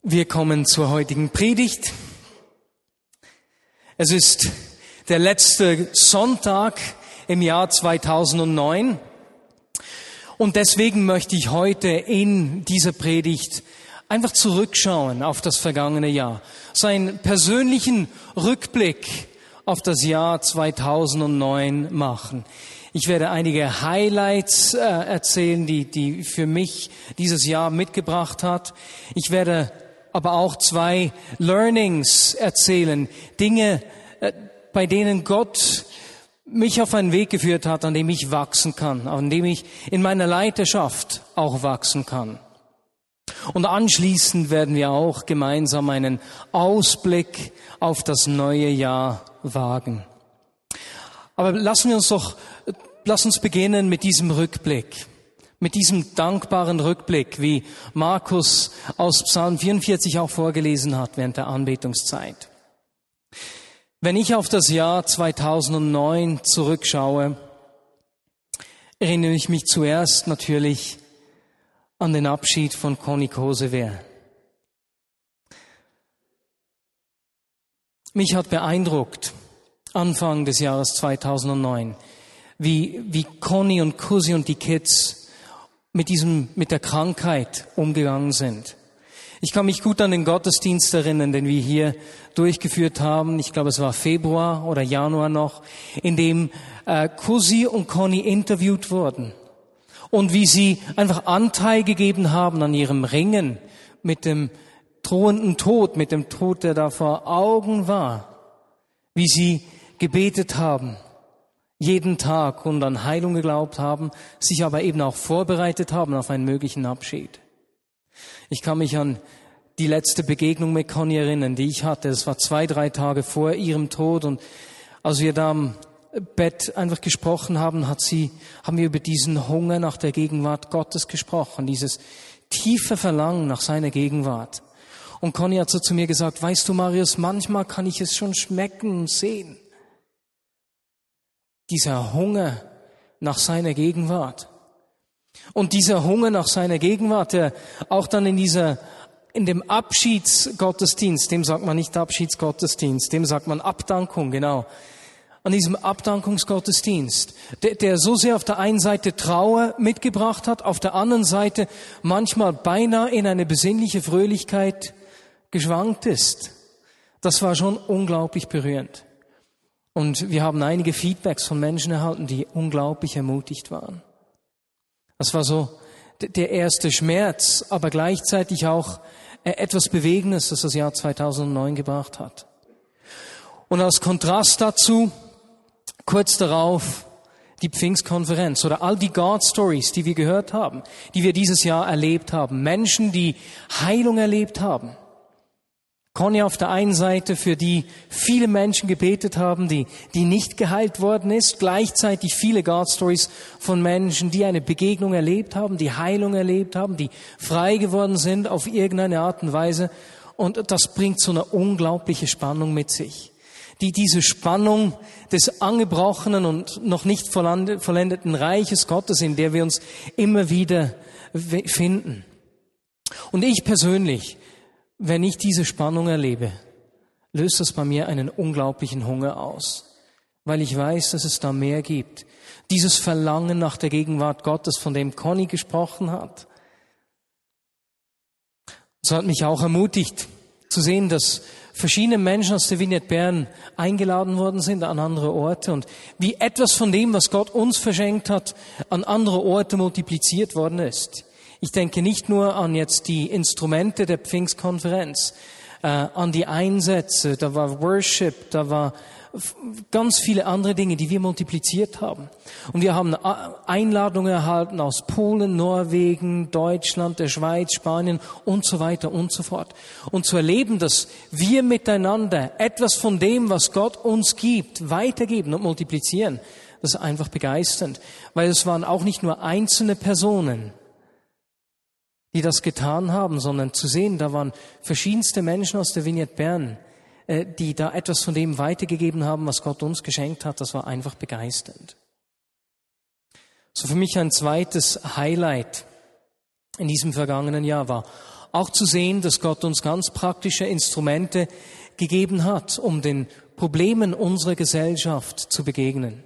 Wir kommen zur heutigen Predigt. Es ist der letzte Sonntag im Jahr 2009 und deswegen möchte ich heute in dieser Predigt einfach zurückschauen auf das vergangene Jahr, so einen persönlichen Rückblick auf das Jahr 2009 machen. Ich werde einige Highlights erzählen, die für mich dieses Jahr mitgebracht hat. Ich werde aber auch 2 Learnings erzählen, Dinge, bei denen Gott mich auf einen Weg geführt hat, an dem ich wachsen kann, an dem ich in meiner Leiterschaft auch wachsen kann. Und anschließend werden wir auch gemeinsam einen Ausblick auf das neue Jahr wagen. Aber lass uns beginnen mit diesem Rückblick. Mit diesem dankbaren Rückblick, wie Markus aus Psalm 44 auch vorgelesen hat während der Anbetungszeit. Wenn ich auf das Jahr 2009 zurückschaue, erinnere ich mich zuerst natürlich an den Abschied von Conny Kosewehr. Mich hat beeindruckt, Anfang des Jahres 2009, wie Conny und Kusi und die Kids mit der Krankheit umgegangen sind. Ich kann mich gut an den Gottesdienst erinnern, den wir hier durchgeführt haben. Ich glaube, es war Februar oder Januar noch, in dem Kusi und Conny interviewt wurden. Und wie sie einfach Anteil gegeben haben an ihrem Ringen mit dem drohenden Tod, mit dem Tod, der da vor Augen war. Wie sie gebetet haben. Jeden Tag und an Heilung geglaubt haben, sich aber eben auch vorbereitet haben auf einen möglichen Abschied. Ich kann mich an die letzte Begegnung mit Conny erinnern, die ich hatte. Es war 2-3 Tage vor ihrem Tod und als wir da am Bett einfach gesprochen haben, haben wir über diesen Hunger nach der Gegenwart Gottes gesprochen, dieses tiefe Verlangen nach seiner Gegenwart. Und Conny hat so zu mir gesagt, weißt du, Marius, manchmal kann ich es schon schmecken und sehen. Dieser Hunger nach seiner Gegenwart. Und dieser Hunger nach seiner Gegenwart, der auch dann in dem Abschiedsgottesdienst, dem sagt man nicht Abschiedsgottesdienst, dem sagt man Abdankung, genau. An diesem Abdankungsgottesdienst, der so sehr auf der einen Seite Trauer mitgebracht hat, auf der anderen Seite manchmal beinahe in eine besinnliche Fröhlichkeit geschwankt ist. Das war schon unglaublich berührend. Und wir haben einige Feedbacks von Menschen erhalten, die unglaublich ermutigt waren. Das war so der erste Schmerz, aber gleichzeitig auch etwas Bewegendes, das das Jahr 2009 gebracht hat. Und als Kontrast dazu, kurz darauf, die Pfingstkonferenz oder all die God Stories, die wir gehört haben, die wir dieses Jahr erlebt haben. Menschen, die Heilung erlebt haben. Conny auf der einen Seite, für die viele Menschen gebetet haben, die nicht geheilt worden ist. Gleichzeitig viele God-Stories von Menschen, die eine Begegnung erlebt haben, die Heilung erlebt haben, die frei geworden sind auf irgendeine Art und Weise. Und das bringt so eine unglaubliche Spannung mit sich. Diese Spannung des angebrochenen und noch nicht vollendeten Reiches Gottes, in der wir uns immer wieder finden. Und ich persönlich, wenn ich diese Spannung erlebe, löst das bei mir einen unglaublichen Hunger aus, weil ich weiß, dass es da mehr gibt. Dieses Verlangen nach der Gegenwart Gottes, von dem Conny gesprochen hat. So hat mich auch ermutigt zu sehen, dass verschiedene Menschen aus der Vignette Bern eingeladen worden sind an andere Orte und wie etwas von dem, was Gott uns verschenkt hat, an andere Orte multipliziert worden ist. Ich denke nicht nur an jetzt die Instrumente der Pfingstkonferenz, an die Einsätze, da war Worship, da war ganz viele andere Dinge, die wir multipliziert haben. Und wir haben Einladungen erhalten aus Polen, Norwegen, Deutschland, der Schweiz, Spanien und so weiter und so fort. Und zu erleben, dass wir miteinander etwas von dem, was Gott uns gibt, weitergeben und multiplizieren, das ist einfach begeisternd. Weil es waren auch nicht nur einzelne Personen, die das getan haben, sondern zu sehen, da waren verschiedenste Menschen aus der Vignette Bern, die da etwas von dem weitergegeben haben, was Gott uns geschenkt hat. Das war einfach begeisternd. So für mich ein zweites Highlight in diesem vergangenen Jahr war auch zu sehen, dass Gott uns ganz praktische Instrumente gegeben hat, um den Problemen unserer Gesellschaft zu begegnen.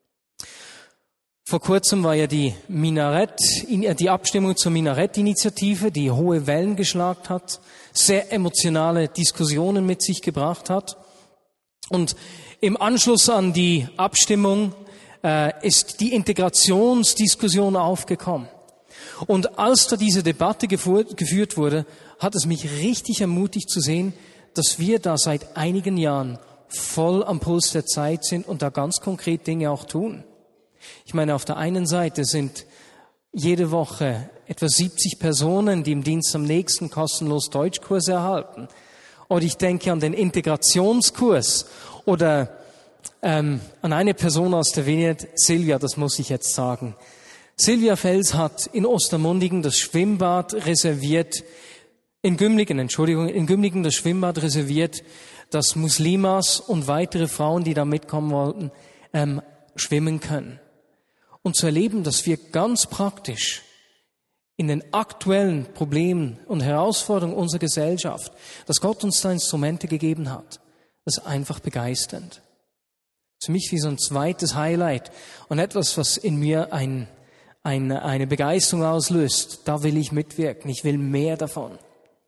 Vor kurzem war ja die Abstimmung zur Minarett-Initiative, die hohe Wellen geschlagen hat, sehr emotionale Diskussionen mit sich gebracht hat. Und im Anschluss an die Abstimmung ist die Integrationsdiskussion aufgekommen. Und als da diese Debatte geführt wurde, hat es mich richtig ermutigt zu sehen, dass wir da seit einigen Jahren voll am Puls der Zeit sind und da ganz konkret Dinge auch tun. Ich meine, auf der einen Seite sind jede Woche etwa 70 Personen, die im Dienst am nächsten kostenlos Deutschkurse erhalten. Oder ich denke an den Integrationskurs oder an eine Person aus der Vineyard, Silvia, das muss ich jetzt sagen. Silvia Fels hat in Ostermundigen das Schwimmbad reserviert, in Gümligen das Schwimmbad reserviert, dass Muslimas und weitere Frauen, die da mitkommen wollten, schwimmen können. Und zu erleben, dass wir ganz praktisch in den aktuellen Problemen und Herausforderungen unserer Gesellschaft, dass Gott uns da Instrumente gegeben hat, das ist einfach begeisternd. Für mich wie so ein zweites Highlight und etwas, was in mir eine Begeisterung auslöst. Da will ich mitwirken. Ich will mehr davon.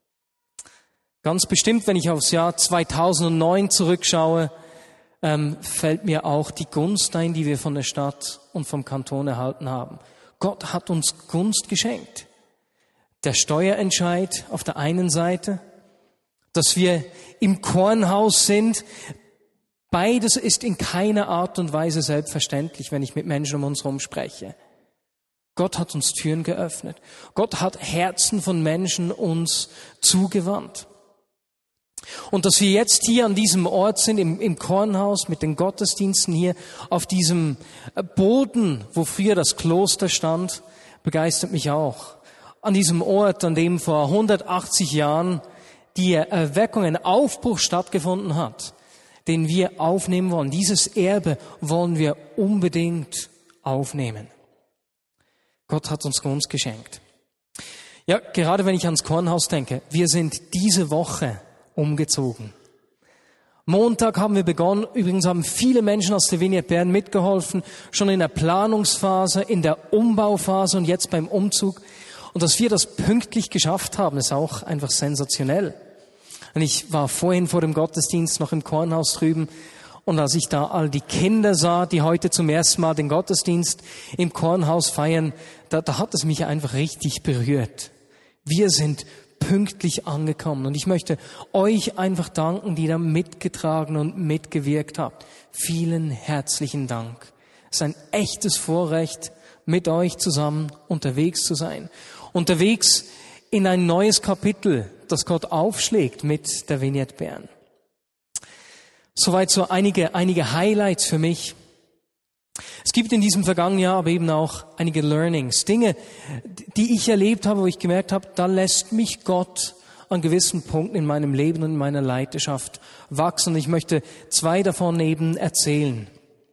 Ganz bestimmt, wenn ich aufs Jahr 2009 zurückschaue, fällt mir auch die Gunst ein, die wir von der Stadt und vom Kanton erhalten haben. Gott hat uns Gunst geschenkt. Der Steuerentscheid auf der einen Seite, dass wir im Kornhaus sind, beides ist in keiner Art und Weise selbstverständlich, wenn ich mit Menschen um uns herum spreche. Gott hat uns Türen geöffnet. Gott hat Herzen von Menschen uns zugewandt. Und dass wir jetzt hier an diesem Ort sind, im Kornhaus, mit den Gottesdiensten hier, auf diesem Boden, wo früher das Kloster stand, begeistert mich auch. An diesem Ort, an dem vor 180 Jahren die Erweckung, ein Aufbruch stattgefunden hat, den wir aufnehmen wollen. Dieses Erbe wollen wir unbedingt aufnehmen. Gott hat uns Gunst geschenkt. Ja, gerade wenn ich ans Kornhaus denke, wir sind diese Woche umgezogen. Montag haben wir begonnen, übrigens haben viele Menschen aus der Vineyard Bern mitgeholfen, schon in der Planungsphase, in der Umbauphase und jetzt beim Umzug. Und dass wir das pünktlich geschafft haben, ist auch einfach sensationell. Und ich war vorhin vor dem Gottesdienst noch im Kornhaus drüben und als ich da all die Kinder sah, die heute zum ersten Mal den Gottesdienst im Kornhaus feiern, da hat es mich einfach richtig berührt. Wir sind pünktlich angekommen und ich möchte euch einfach danken, die da mitgetragen und mitgewirkt habt. Vielen herzlichen Dank. Es ist ein echtes Vorrecht, mit euch zusammen unterwegs zu sein. Unterwegs in ein neues Kapitel, das Gott aufschlägt mit der Vineyard Bern. Soweit so einige Highlights für mich. Es gibt in diesem vergangenen Jahr aber eben auch einige Learnings, Dinge, die ich erlebt habe, wo ich gemerkt habe, da lässt mich Gott an gewissen Punkten in meinem Leben und in meiner Leiterschaft wachsen. Und ich möchte 2 davon eben erzählen.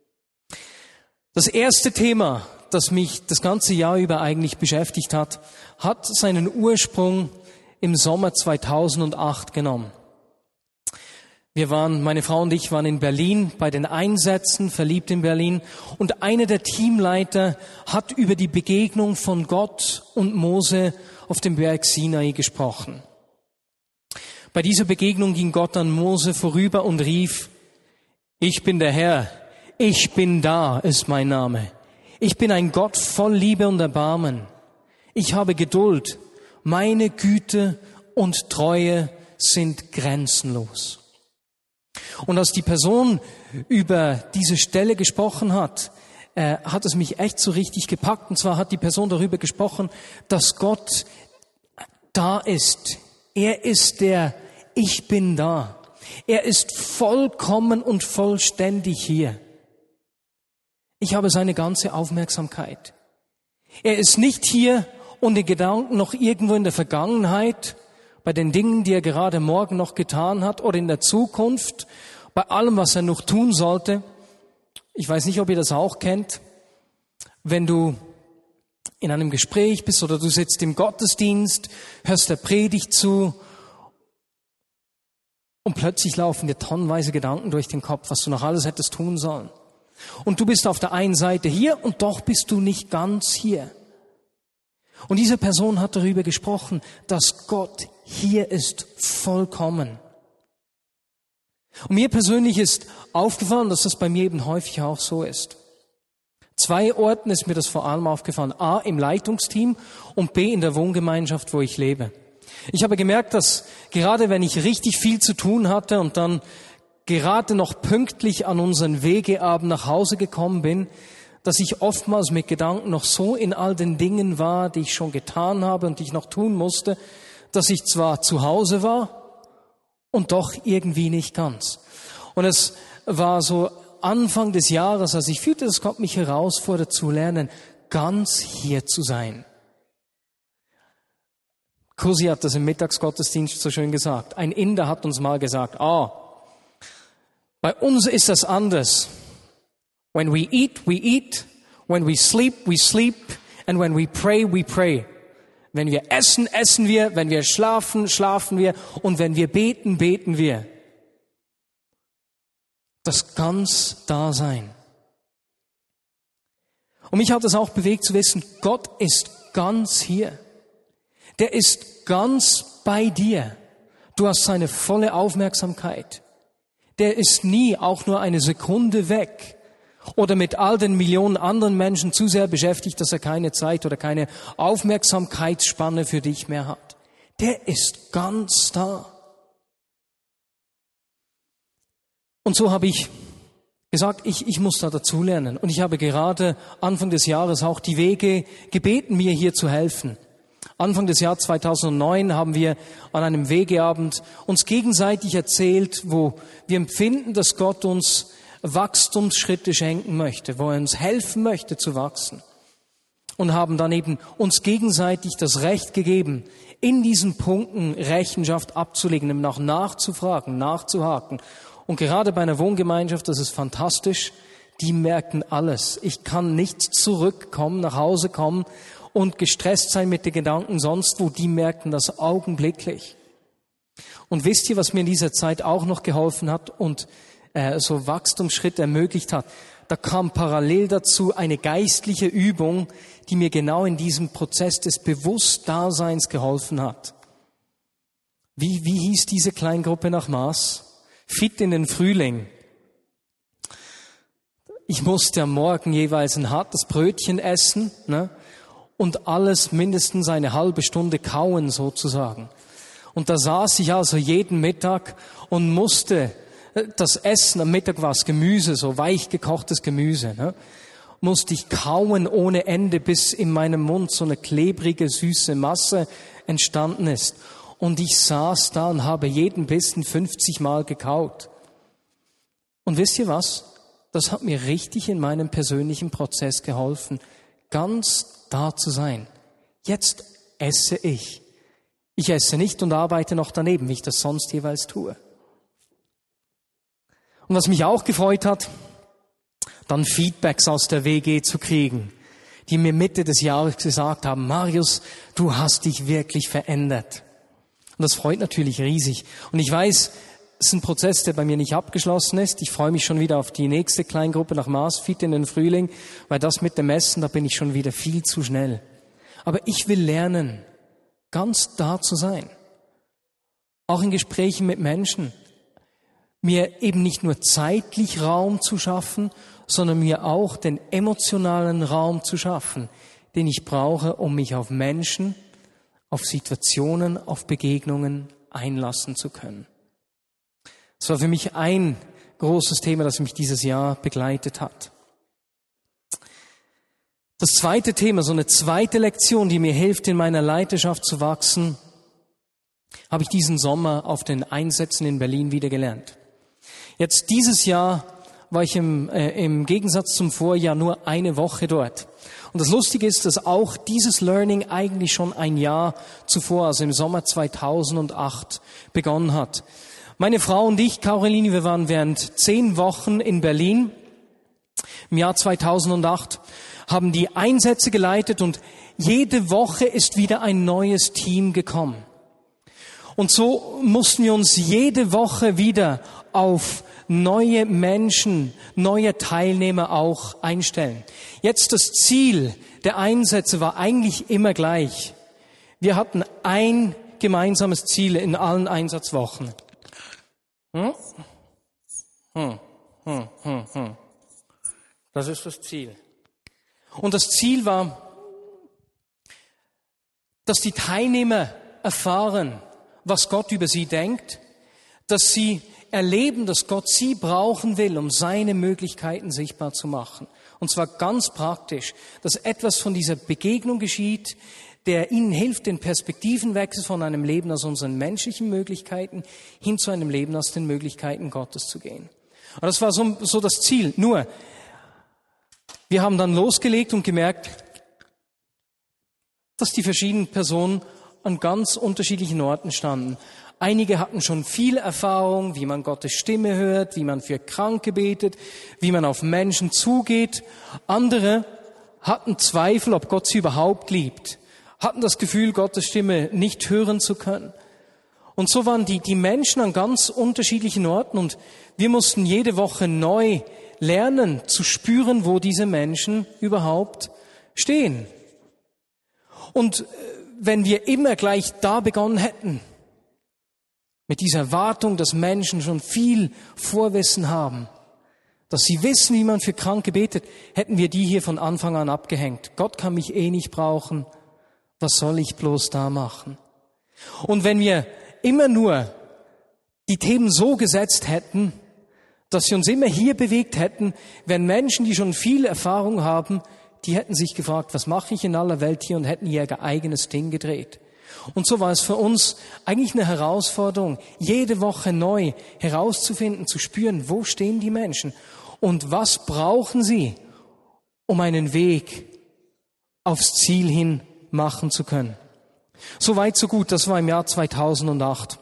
Das erste Thema, das mich das ganze Jahr über eigentlich beschäftigt hat seinen Ursprung im Sommer 2008 genommen. Meine Frau und ich waren in Berlin bei den Einsätzen, verliebt in Berlin. Und einer der Teamleiter hat über die Begegnung von Gott und Mose auf dem Berg Sinai gesprochen. Bei dieser Begegnung ging Gott an Mose vorüber und rief, ich bin der Herr, ich bin da, ist mein Name. Ich bin ein Gott voll Liebe und Erbarmen. Ich habe Geduld. Meine Güte und Treue sind grenzenlos. Und als die Person über diese Stelle gesprochen hat, hat es mich echt so richtig gepackt. Und zwar hat die Person darüber gesprochen, dass Gott da ist. Er ist der Ich bin da. Er ist vollkommen und vollständig hier. Ich habe seine ganze Aufmerksamkeit. Er ist nicht hier und in Gedanken noch irgendwo in der Vergangenheit, bei den Dingen, die er gerade morgen noch getan hat oder in der Zukunft, bei allem, was er noch tun sollte. Ich weiß nicht, ob ihr das auch kennt. Wenn du in einem Gespräch bist oder du sitzt im Gottesdienst, hörst der Predigt zu und plötzlich laufen dir tonnenweise Gedanken durch den Kopf, was du noch alles hättest tun sollen. Und du bist auf der einen Seite hier und doch bist du nicht ganz hier. Und diese Person hat darüber gesprochen, dass Gott hier ist, vollkommen. Und mir persönlich ist aufgefallen, dass das bei mir eben häufig auch so ist. 2 Orten ist mir das vor allem aufgefallen. A, im Leitungsteam und B, in der Wohngemeinschaft, wo ich lebe. Ich habe gemerkt, dass gerade wenn ich richtig viel zu tun hatte und dann gerade noch pünktlich an unseren Wegeabend nach Hause gekommen bin, dass ich oftmals mit Gedanken noch so in all den Dingen war, die ich schon getan habe und die ich noch tun musste, dass ich zwar zu Hause war und doch irgendwie nicht ganz. Und es war so Anfang des Jahres, als ich fühlte, dass Gott mich herausfordert zu lernen, ganz hier zu sein. Kursi hat das im Mittagsgottesdienst so schön gesagt. Ein Inder hat uns mal gesagt, bei uns ist das anders. When we eat, we eat. When we sleep, we sleep. And when we pray, we pray. Wenn wir essen, essen wir. Wenn wir schlafen, schlafen wir. Und wenn wir beten, beten wir. Das ganz Dasein. Und mich hat es auch bewegt zu wissen, Gott ist ganz hier. Der ist ganz bei dir. Du hast seine volle Aufmerksamkeit. Der ist nie auch nur eine Sekunde weg oder mit all den Millionen anderen Menschen zu sehr beschäftigt, dass er keine Zeit oder keine Aufmerksamkeitsspanne für dich mehr hat. Der ist ganz da. Und so habe ich gesagt, ich muss da dazulernen. Und ich habe gerade Anfang des Jahres auch die Wege gebeten, mir hier zu helfen. Anfang des Jahres 2009 haben wir an einem Wegeabend uns gegenseitig erzählt, wo wir empfinden, dass Gott uns Wachstumsschritte schenken möchte, wo er uns helfen möchte zu wachsen. Und haben dann eben uns gegenseitig das Recht gegeben, in diesen Punkten Rechenschaft abzulegen, nämlich auch nachzufragen, nachzuhaken. Und gerade bei einer Wohngemeinschaft, das ist fantastisch, die merken alles. Ich kann nicht zurückkommen, nach Hause kommen und gestresst sein mit den Gedanken sonst wo, die merken das augenblicklich. Und wisst ihr, was mir in dieser Zeit auch noch geholfen hat und so Wachstumsschritte ermöglicht hat? Da kam parallel dazu eine geistliche Übung, die mir genau in diesem Prozess des Bewusstdaseins geholfen hat. Wie hieß diese Kleingruppe nach Maß? Fit in den Frühling. Ich musste am Morgen jeweils ein hartes Brötchen essen, ne? Und alles mindestens eine halbe Stunde kauen sozusagen. Und da saß ich also jeden Mittag und musste das Essen, am Mittag war es Gemüse, so weich gekochtes Gemüse, ne? Musste ich kauen ohne Ende, bis in meinem Mund so eine klebrige, süße Masse entstanden ist. Und ich saß da und habe jeden Bissen 50 Mal gekaut. Und wisst ihr was? Das hat mir richtig in meinem persönlichen Prozess geholfen, ganz da zu sein. Jetzt esse ich. Ich esse nicht und arbeite noch daneben, wie ich das sonst jeweils tue. Und was mich auch gefreut hat, dann Feedbacks aus der WG zu kriegen, die mir Mitte des Jahres gesagt haben, Marius, du hast dich wirklich verändert. Und das freut natürlich riesig. Und ich weiß, es ist ein Prozess, der bei mir nicht abgeschlossen ist. Ich freue mich schon wieder auf die nächste Kleingruppe nach Maß, Fit in den Frühling, weil das mit dem Essen, da bin ich schon wieder viel zu schnell. Aber ich will lernen, ganz da zu sein. Auch in Gesprächen mit Menschen. Mir eben nicht nur zeitlich Raum zu schaffen, sondern mir auch den emotionalen Raum zu schaffen, den ich brauche, um mich auf Menschen, auf Situationen, auf Begegnungen einlassen zu können. Das war für mich ein großes Thema, das mich dieses Jahr begleitet hat. Das zweite Thema, so eine zweite Lektion, die mir hilft, in meiner Leiterschaft zu wachsen, habe ich diesen Sommer auf den Einsätzen in Berlin wieder gelernt. Jetzt dieses Jahr war ich im Gegensatz zum Vorjahr nur eine Woche dort. Und das Lustige ist, dass auch dieses Learning eigentlich schon ein Jahr zuvor, also im Sommer 2008, begonnen hat. Meine Frau und ich, Caroline, wir waren während 10 Wochen in Berlin im Jahr 2008, haben die Einsätze geleitet und jede Woche ist wieder ein neues Team gekommen. Und so mussten wir uns jede Woche wieder auf neue Menschen, neue Teilnehmer auch einstellen. Jetzt das Ziel der Einsätze war eigentlich immer gleich. Wir hatten ein gemeinsames Ziel in allen Einsatzwochen. Das ist das Ziel. Und das Ziel war, dass die Teilnehmer erfahren, was Gott über sie denkt, dass sie erleben, dass Gott sie brauchen will, um seine Möglichkeiten sichtbar zu machen. Und zwar ganz praktisch, dass etwas von dieser Begegnung geschieht, der ihnen hilft, den Perspektivenwechsel von einem Leben aus unseren menschlichen Möglichkeiten hin zu einem Leben aus den Möglichkeiten Gottes zu gehen. Und das war so das Ziel. Nur, wir haben dann losgelegt und gemerkt, dass die verschiedenen Personen an ganz unterschiedlichen Orten standen. Einige hatten schon viel Erfahrung, wie man Gottes Stimme hört, wie man für Kranke betet, wie man auf Menschen zugeht. Andere hatten Zweifel, ob Gott sie überhaupt liebt, hatten das Gefühl, Gottes Stimme nicht hören zu können. Und so waren die Menschen an ganz unterschiedlichen Orten und wir mussten jede Woche neu lernen, zu spüren, wo diese Menschen überhaupt stehen. Und wenn wir immer gleich da begonnen hätten, mit dieser Erwartung, dass Menschen schon viel Vorwissen haben, dass sie wissen, wie man für Kranke betet, hätten wir die hier von Anfang an abgehängt. Gott kann mich eh nicht brauchen, was soll ich bloß da machen? Und wenn wir immer nur die Themen so gesetzt hätten, dass sie uns immer hier bewegt hätten, wären Menschen, die schon viel Erfahrung haben, die hätten sich gefragt, was mache ich in aller Welt hier und hätten ihr eigenes Ding gedreht. Und so war es für uns eigentlich eine Herausforderung, jede Woche neu herauszufinden, zu spüren, wo stehen die Menschen und was brauchen sie, um einen Weg aufs Ziel hin machen zu können. So weit, so gut, das war im Jahr 2008.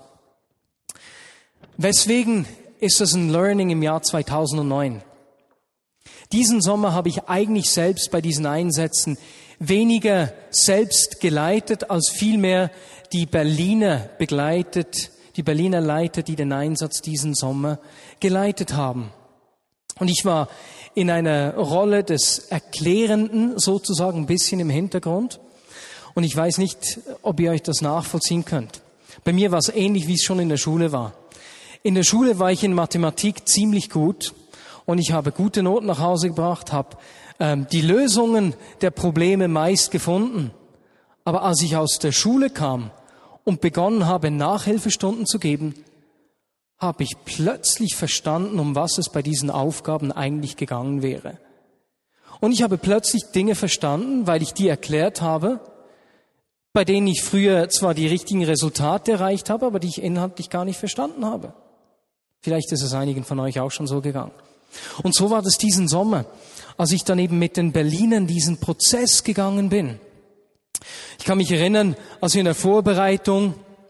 Weswegen ist das ein Learning im Jahr 2009? Diesen Sommer habe ich eigentlich selbst bei diesen Einsätzen weniger selbst geleitet, als vielmehr die Berliner begleitet, die Berliner Leiter, die den Einsatz diesen Sommer geleitet haben. Und ich war in einer Rolle des Erklärenden sozusagen ein bisschen im Hintergrund. Und ich weiß nicht, ob ihr euch das nachvollziehen könnt. Bei mir war es ähnlich, wie es schon in der Schule war. In der Schule war ich in Mathematik ziemlich gut und ich habe gute Noten nach Hause gebracht, habe die Lösungen der Probleme meist gefunden. Aber als ich aus der Schule kam und begonnen habe, Nachhilfestunden zu geben, habe ich plötzlich verstanden, um was es bei diesen Aufgaben eigentlich gegangen wäre. Und ich habe plötzlich Dinge verstanden, weil ich die erklärt habe, bei denen ich früher zwar die richtigen Resultate erreicht habe, aber die ich inhaltlich gar nicht verstanden habe. Vielleicht ist es einigen von euch auch schon so gegangen. Und so war das diesen Sommer, als ich dann eben mit den Berlinern diesen Prozess gegangen bin. Ich kann mich erinnern, als wir in der Vorbereitung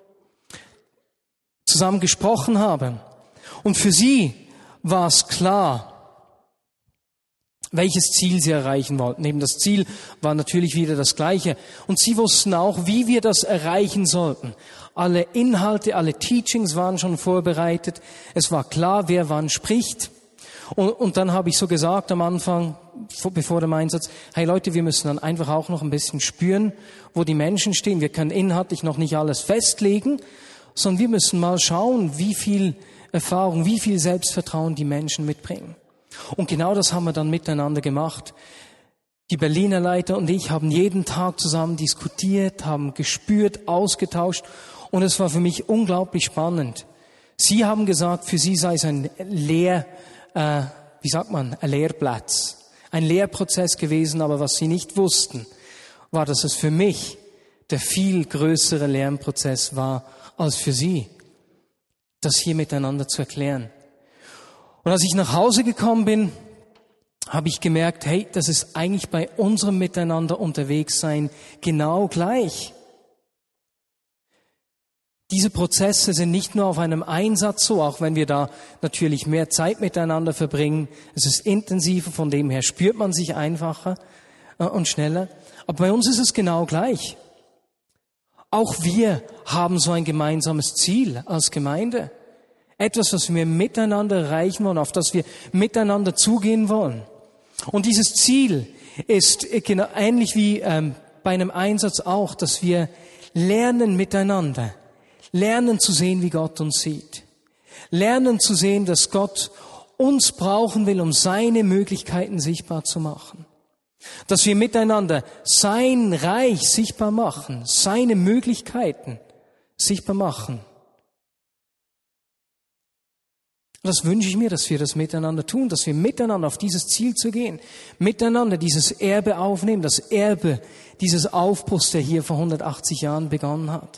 zusammen gesprochen haben. Und für sie war es klar, welches Ziel sie erreichen wollten. Eben das Ziel war natürlich wieder das Gleiche. Und sie wussten auch, wie wir das erreichen sollten. Alle Inhalte, alle Teachings waren schon vorbereitet. Es war klar, wer wann spricht. Und dann habe ich so gesagt am Anfang, bevor dem Einsatz, hey Leute, wir müssen dann einfach auch noch ein bisschen spüren, wo die Menschen stehen. Wir können inhaltlich noch nicht alles festlegen, sondern wir müssen mal schauen, wie viel Erfahrung, wie viel Selbstvertrauen die Menschen mitbringen. Und genau das haben wir dann miteinander gemacht. Die Berliner Leiter und ich haben jeden Tag zusammen diskutiert, haben gespürt, ausgetauscht und es war für mich unglaublich spannend. Sie haben gesagt, für sie sei es ein Lehrplatz, ein Lehrprozess gewesen, aber was sie nicht wussten, war, dass es für mich der viel größere Lernprozess war als für sie, das hier miteinander zu erklären. Und als ich nach Hause gekommen bin, habe ich gemerkt, hey, das ist eigentlich bei unserem Miteinander unterwegs sein genau gleich. Diese Prozesse sind nicht nur auf einem Einsatz so, auch wenn wir da natürlich mehr Zeit miteinander verbringen. Es ist intensiver, von dem her spürt man sich einfacher. und schneller. Aber bei uns ist es genau gleich. Auch wir haben so ein gemeinsames Ziel als Gemeinde. Etwas, was wir miteinander erreichen wollen, auf das wir miteinander zugehen wollen. Und dieses Ziel ist genau ähnlich wie bei einem Einsatz auch, dass wir lernen miteinander, lernen zu sehen, wie Gott uns sieht, lernen zu sehen, dass Gott uns brauchen will, um seine Möglichkeiten sichtbar zu machen. Dass wir miteinander sein Reich sichtbar machen, seine Möglichkeiten sichtbar machen. Das wünsche ich mir, dass wir das miteinander tun, dass wir miteinander auf dieses Ziel zu gehen, miteinander dieses Erbe aufnehmen, das Erbe dieses Aufbruchs, der hier vor 180 Jahren begonnen hat.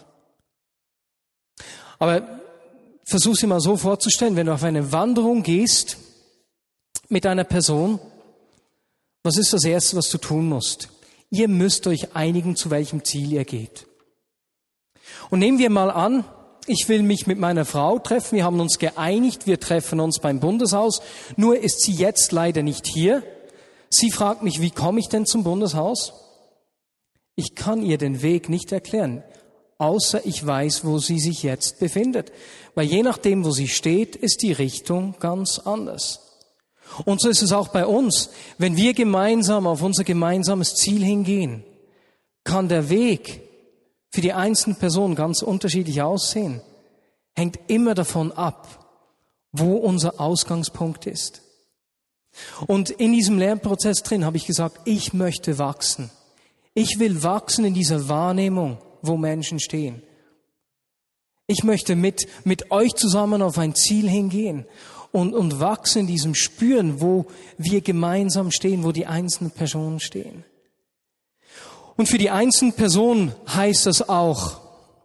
Aber versuch dir mal so vorzustellen, wenn du auf eine Wanderung gehst mit einer Person, was ist das Erste, was du tun musst? Ihr müsst euch einigen, zu welchem Ziel ihr geht. Und nehmen wir mal an, ich will mich mit meiner Frau treffen, wir haben uns geeinigt, wir treffen uns beim Bundeshaus, nur ist sie jetzt leider nicht hier. Sie fragt mich, wie komme ich denn zum Bundeshaus? Ich kann ihr den Weg nicht erklären, außer ich weiß, wo sie sich jetzt befindet. Weil je nachdem, wo sie steht, ist die Richtung ganz anders. Und so ist es auch bei uns. Wenn wir gemeinsam auf unser gemeinsames Ziel hingehen, kann der Weg für die einzelnen Personen ganz unterschiedlich aussehen. Hängt immer davon ab, wo unser Ausgangspunkt ist. Und in diesem Lernprozess drin habe ich gesagt, ich möchte wachsen. Ich will wachsen in dieser Wahrnehmung, wo Menschen stehen. Ich möchte mit euch zusammen auf ein Ziel hingehen und wachsen in diesem Spüren, wo wir gemeinsam stehen, wo die einzelnen Personen stehen. Und für die einzelnen Personen heißt das auch,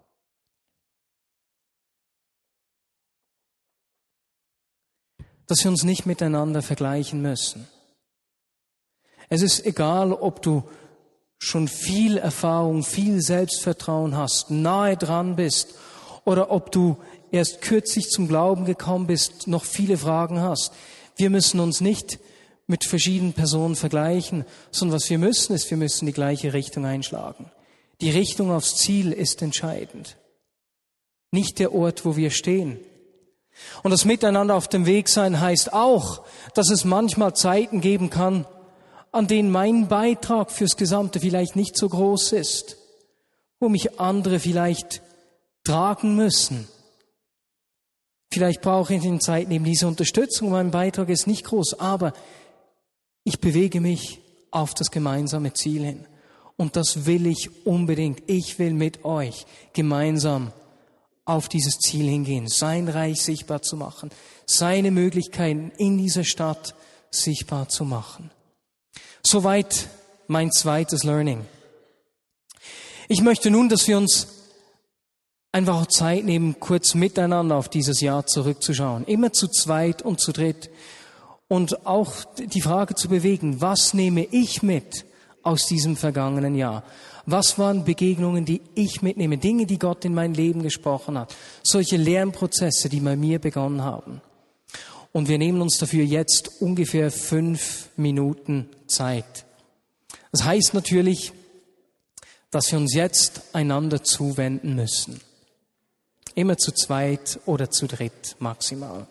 dass wir uns nicht miteinander vergleichen müssen. Es ist egal, ob du schon viel Erfahrung, viel Selbstvertrauen hast, nahe dran bist, oder ob du erst kürzlich zum Glauben gekommen bist, noch viele Fragen hast. Wir müssen uns nicht mit verschiedenen Personen vergleichen, sondern was wir müssen, ist, wir müssen die gleiche Richtung einschlagen. Die Richtung aufs Ziel ist entscheidend. Nicht der Ort, wo wir stehen. Und das Miteinander auf dem Weg sein heißt auch, dass es manchmal Zeiten geben kann, an denen mein Beitrag fürs Gesamte vielleicht nicht so groß ist, wo mich andere vielleicht tragen müssen. Vielleicht brauche ich in Zeiten eben diese Unterstützung, mein Beitrag ist nicht groß, aber ich bewege mich auf das gemeinsame Ziel hin. Und das will ich unbedingt. Ich will mit euch gemeinsam auf dieses Ziel hingehen, sein Reich sichtbar zu machen, seine Möglichkeiten in dieser Stadt sichtbar zu machen. Soweit mein zweites Learning. Ich möchte nun, dass wir uns einfach auch Zeit nehmen, kurz miteinander auf dieses Jahr zurückzuschauen. Immer zu zweit und zu dritt. Und auch die Frage zu bewegen, was nehme ich mit aus diesem vergangenen Jahr? Was waren Begegnungen, die ich mitnehme? Dinge, die Gott in mein Leben gesprochen hat. Solche Lernprozesse, die bei mir begonnen haben. Und wir nehmen uns dafür jetzt ungefähr 5 Minuten Zeit. Das heißt natürlich, dass wir uns jetzt einander zuwenden müssen. Immer zu zweit oder zu dritt maximal.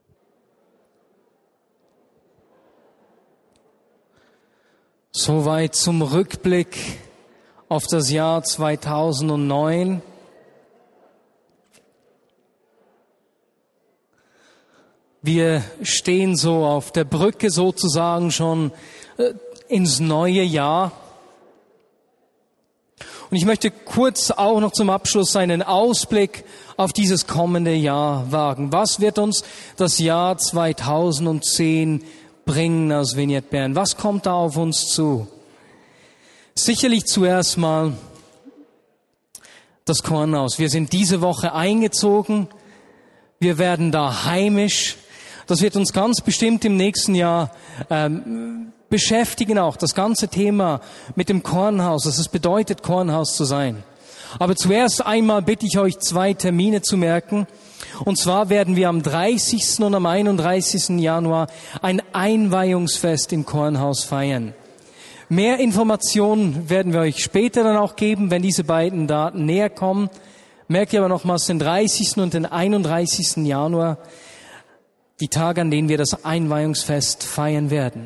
Soweit zum Rückblick auf das Jahr 2009. Wir stehen so auf der Brücke sozusagen schon ins neue Jahr. Und ich möchte kurz auch noch zum Abschluss einen Ausblick auf dieses kommende Jahr wagen. Was wird uns das Jahr 2010 bringen aus Vignette Bern? Was kommt da auf uns zu? Sicherlich zuerst mal das Kornhaus. Wir sind diese Woche eingezogen. Wir werden da heimisch. Das wird uns ganz bestimmt im nächsten Jahr beschäftigen auch. Das ganze Thema mit dem Kornhaus, was es bedeutet, Kornhaus zu sein. Aber zuerst einmal bitte ich euch, 2 Termine zu merken. Und zwar werden wir am 30. und am 31. Januar ein Einweihungsfest im Kornhaus feiern. Mehr Informationen werden wir euch später dann auch geben, wenn diese beiden Daten näher kommen. Merkt ihr aber nochmals den 30. und den 31. Januar, die Tage, an denen wir das Einweihungsfest feiern werden.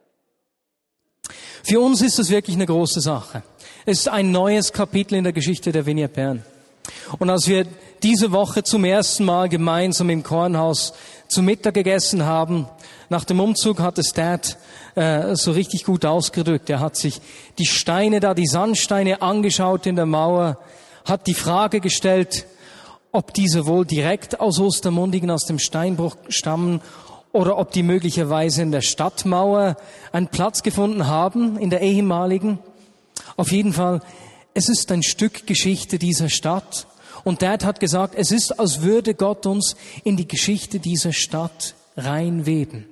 Für uns ist das wirklich eine große Sache. Es ist ein neues Kapitel in der Geschichte der Vineyard Bern. Und als wir diese Woche zum ersten Mal gemeinsam im Kornhaus zu Mittag gegessen haben, nach dem Umzug hat es Dad so richtig gut ausgedrückt. Er hat sich die Steine da, die Sandsteine angeschaut in der Mauer, hat die Frage gestellt, ob diese wohl direkt aus Ostermundigen, aus dem Steinbruch stammen oder ob die möglicherweise in der Stadtmauer einen Platz gefunden haben, in der ehemaligen. Auf jeden Fall, es ist ein Stück Geschichte dieser Stadt. Und Dad hat gesagt, es ist, als würde Gott uns in die Geschichte dieser Stadt reinweben.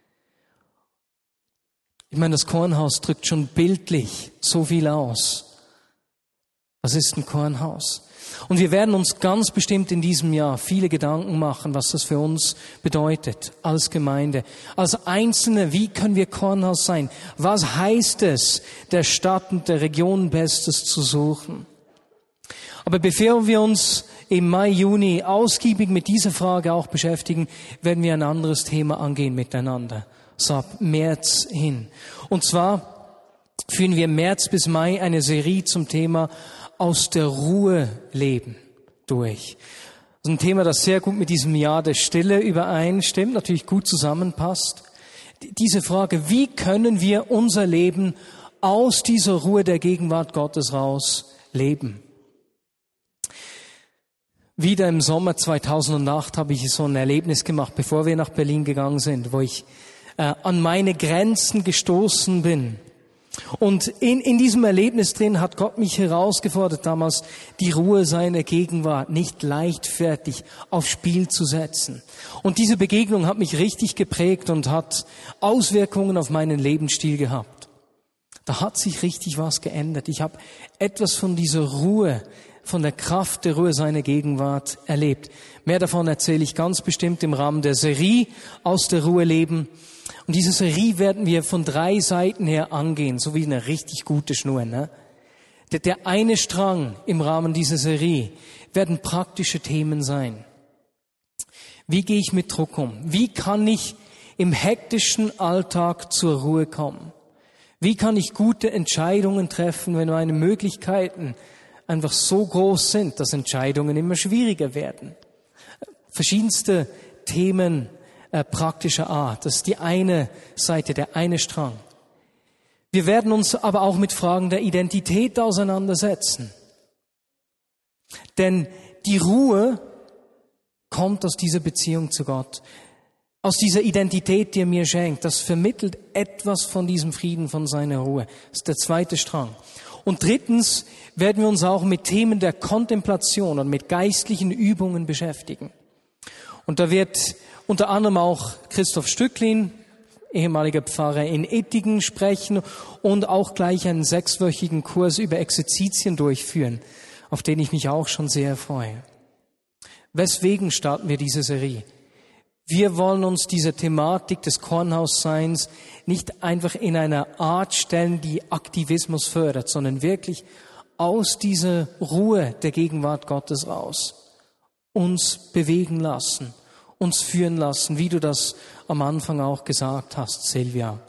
Ich meine, das Kornhaus drückt schon bildlich so viel aus. Was ist ein Kornhaus? Und wir werden uns ganz bestimmt in diesem Jahr viele Gedanken machen, was das für uns bedeutet, als Gemeinde, als Einzelne. Wie können wir Kornhaus sein? Was heißt es, der Stadt und der Region Bestes zu suchen? Aber bevor wir uns im Mai, Juni ausgiebig mit dieser Frage auch beschäftigen, werden wir ein anderes Thema angehen miteinander. So ab März hin. Und zwar führen wir März bis Mai eine Serie zum Thema aus der Ruhe leben durch. Das ist ein Thema, das sehr gut mit diesem Jahr der Stille übereinstimmt, natürlich gut zusammenpasst. Diese Frage, wie können wir unser Leben aus dieser Ruhe der Gegenwart Gottes raus leben? Wieder im Sommer 2008 habe ich so ein Erlebnis gemacht, bevor wir nach Berlin gegangen sind, wo ich an meine Grenzen gestoßen bin. Und in diesem Erlebnis drin hat Gott mich herausgefordert, damals die Ruhe seiner Gegenwart nicht leichtfertig aufs Spiel zu setzen. Und diese Begegnung hat mich richtig geprägt und hat Auswirkungen auf meinen Lebensstil gehabt. Da hat sich richtig was geändert. Ich habe etwas von dieser Ruhe, von der Kraft der Ruhe seiner Gegenwart erlebt. Mehr davon erzähle ich ganz bestimmt im Rahmen der Serie Aus der Ruhe leben. Und diese Serie werden wir von 3 Seiten her angehen, so wie eine richtig gute Schnur. Ne? Der eine Strang im Rahmen dieser Serie werden praktische Themen sein. Wie gehe ich mit Druck um? Wie kann ich im hektischen Alltag zur Ruhe kommen? Wie kann ich gute Entscheidungen treffen, wenn meine Möglichkeiten einfach so groß sind, dass Entscheidungen immer schwieriger werden? Verschiedenste Themen praktischer Art. Das ist die eine Seite, der eine Strang. Wir werden uns aber auch mit Fragen der Identität auseinandersetzen. Denn die Ruhe kommt aus dieser Beziehung zu Gott. Aus dieser Identität, die er mir schenkt. Das vermittelt etwas von diesem Frieden, von seiner Ruhe. Das ist der zweite Strang. Und drittens werden wir uns auch mit Themen der Kontemplation und mit geistlichen Übungen beschäftigen. Und da wird unter anderem auch Christoph Stücklin, ehemaliger Pfarrer in Ettingen, sprechen und auch gleich einen 6-wöchigen Kurs über Exerzitien durchführen, auf den ich mich auch schon sehr freue. Weswegen starten wir diese Serie? Wir wollen uns dieser Thematik des Kornhausseins nicht einfach in einer Art stellen, die Aktivismus fördert, sondern wirklich aus dieser Ruhe der Gegenwart Gottes raus uns bewegen lassen, uns führen lassen, wie du das am Anfang auch gesagt hast, Silvia.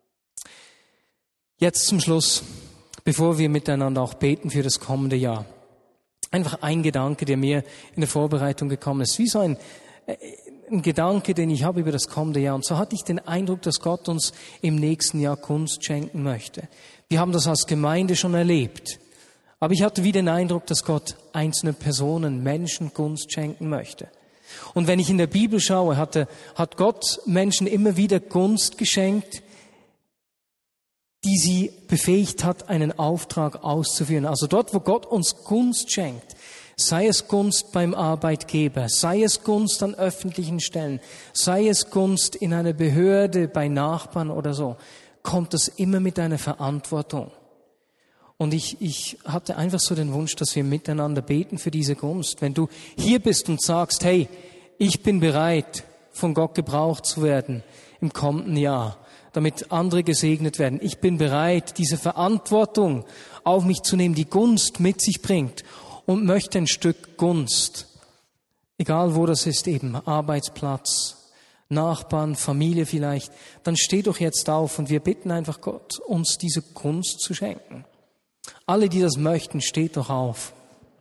Jetzt zum Schluss, bevor wir miteinander auch beten für das kommende Jahr. Einfach ein Gedanke, der mir in der Vorbereitung gekommen ist, wie so ein Gedanke, den ich habe über das kommende Jahr. Und so hatte ich den Eindruck, dass Gott uns im nächsten Jahr Gunst schenken möchte. Wir haben das als Gemeinde schon erlebt. Aber ich hatte wieder den Eindruck, dass Gott einzelnen Personen, Menschen Gunst schenken möchte. Und wenn ich in der Bibel schaue, hat Gott Menschen immer wieder Gunst geschenkt, die sie befähigt hat, einen Auftrag auszuführen. Also dort, wo Gott uns Gunst schenkt, sei es Gunst beim Arbeitgeber, sei es Gunst an öffentlichen Stellen, sei es Gunst in einer Behörde, bei Nachbarn oder so, kommt das immer mit einer Verantwortung. Und ich hatte einfach so den Wunsch, dass wir miteinander beten für diese Gunst. Wenn du hier bist und sagst, hey, ich bin bereit, von Gott gebraucht zu werden im kommenden Jahr, damit andere gesegnet werden. Ich bin bereit, diese Verantwortung auf mich zu nehmen, die Gunst mit sich bringt und möchte ein Stück Gunst, egal wo das ist, eben Arbeitsplatz, Nachbarn, Familie vielleicht, dann steh doch jetzt auf und wir bitten einfach Gott, uns diese Gunst zu schenken. Alle, die das möchten, steht doch auf.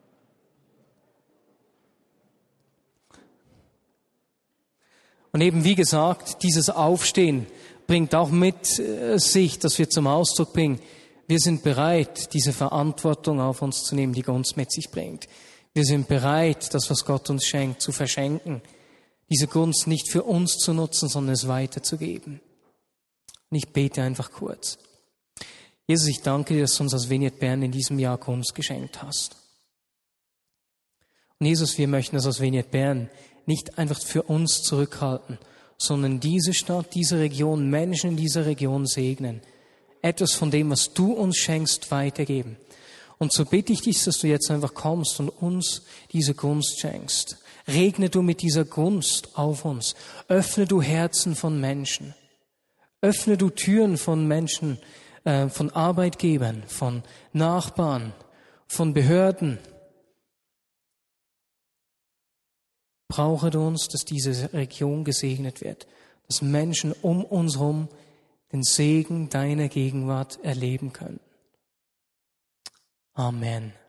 Und eben wie gesagt, dieses Aufstehen bringt auch mit sich, dass wir zum Ausdruck bringen, wir sind bereit, diese Verantwortung auf uns zu nehmen, die Gunst mit sich bringt. Wir sind bereit, das, was Gott uns schenkt, zu verschenken. Diese Gunst nicht für uns zu nutzen, sondern es weiterzugeben. Und ich bete einfach kurz. Jesus, ich danke dir, dass du uns als Vineyard Bern in diesem Jahr Gunst geschenkt hast. Und Jesus, wir möchten das als Vineyard Bern nicht einfach für uns zurückhalten, sondern diese Stadt, diese Region, Menschen in dieser Region segnen. Etwas von dem, was du uns schenkst, weitergeben. Und so bitte ich dich, dass du jetzt einfach kommst und uns diese Gunst schenkst. Regne du mit dieser Gunst auf uns. Öffne du Herzen von Menschen. Öffne du Türen von Menschen, von Arbeitgebern, von Nachbarn, von Behörden. Brauche du uns, dass diese Region gesegnet wird, dass Menschen um uns herum den Segen deiner Gegenwart erleben können. Amen.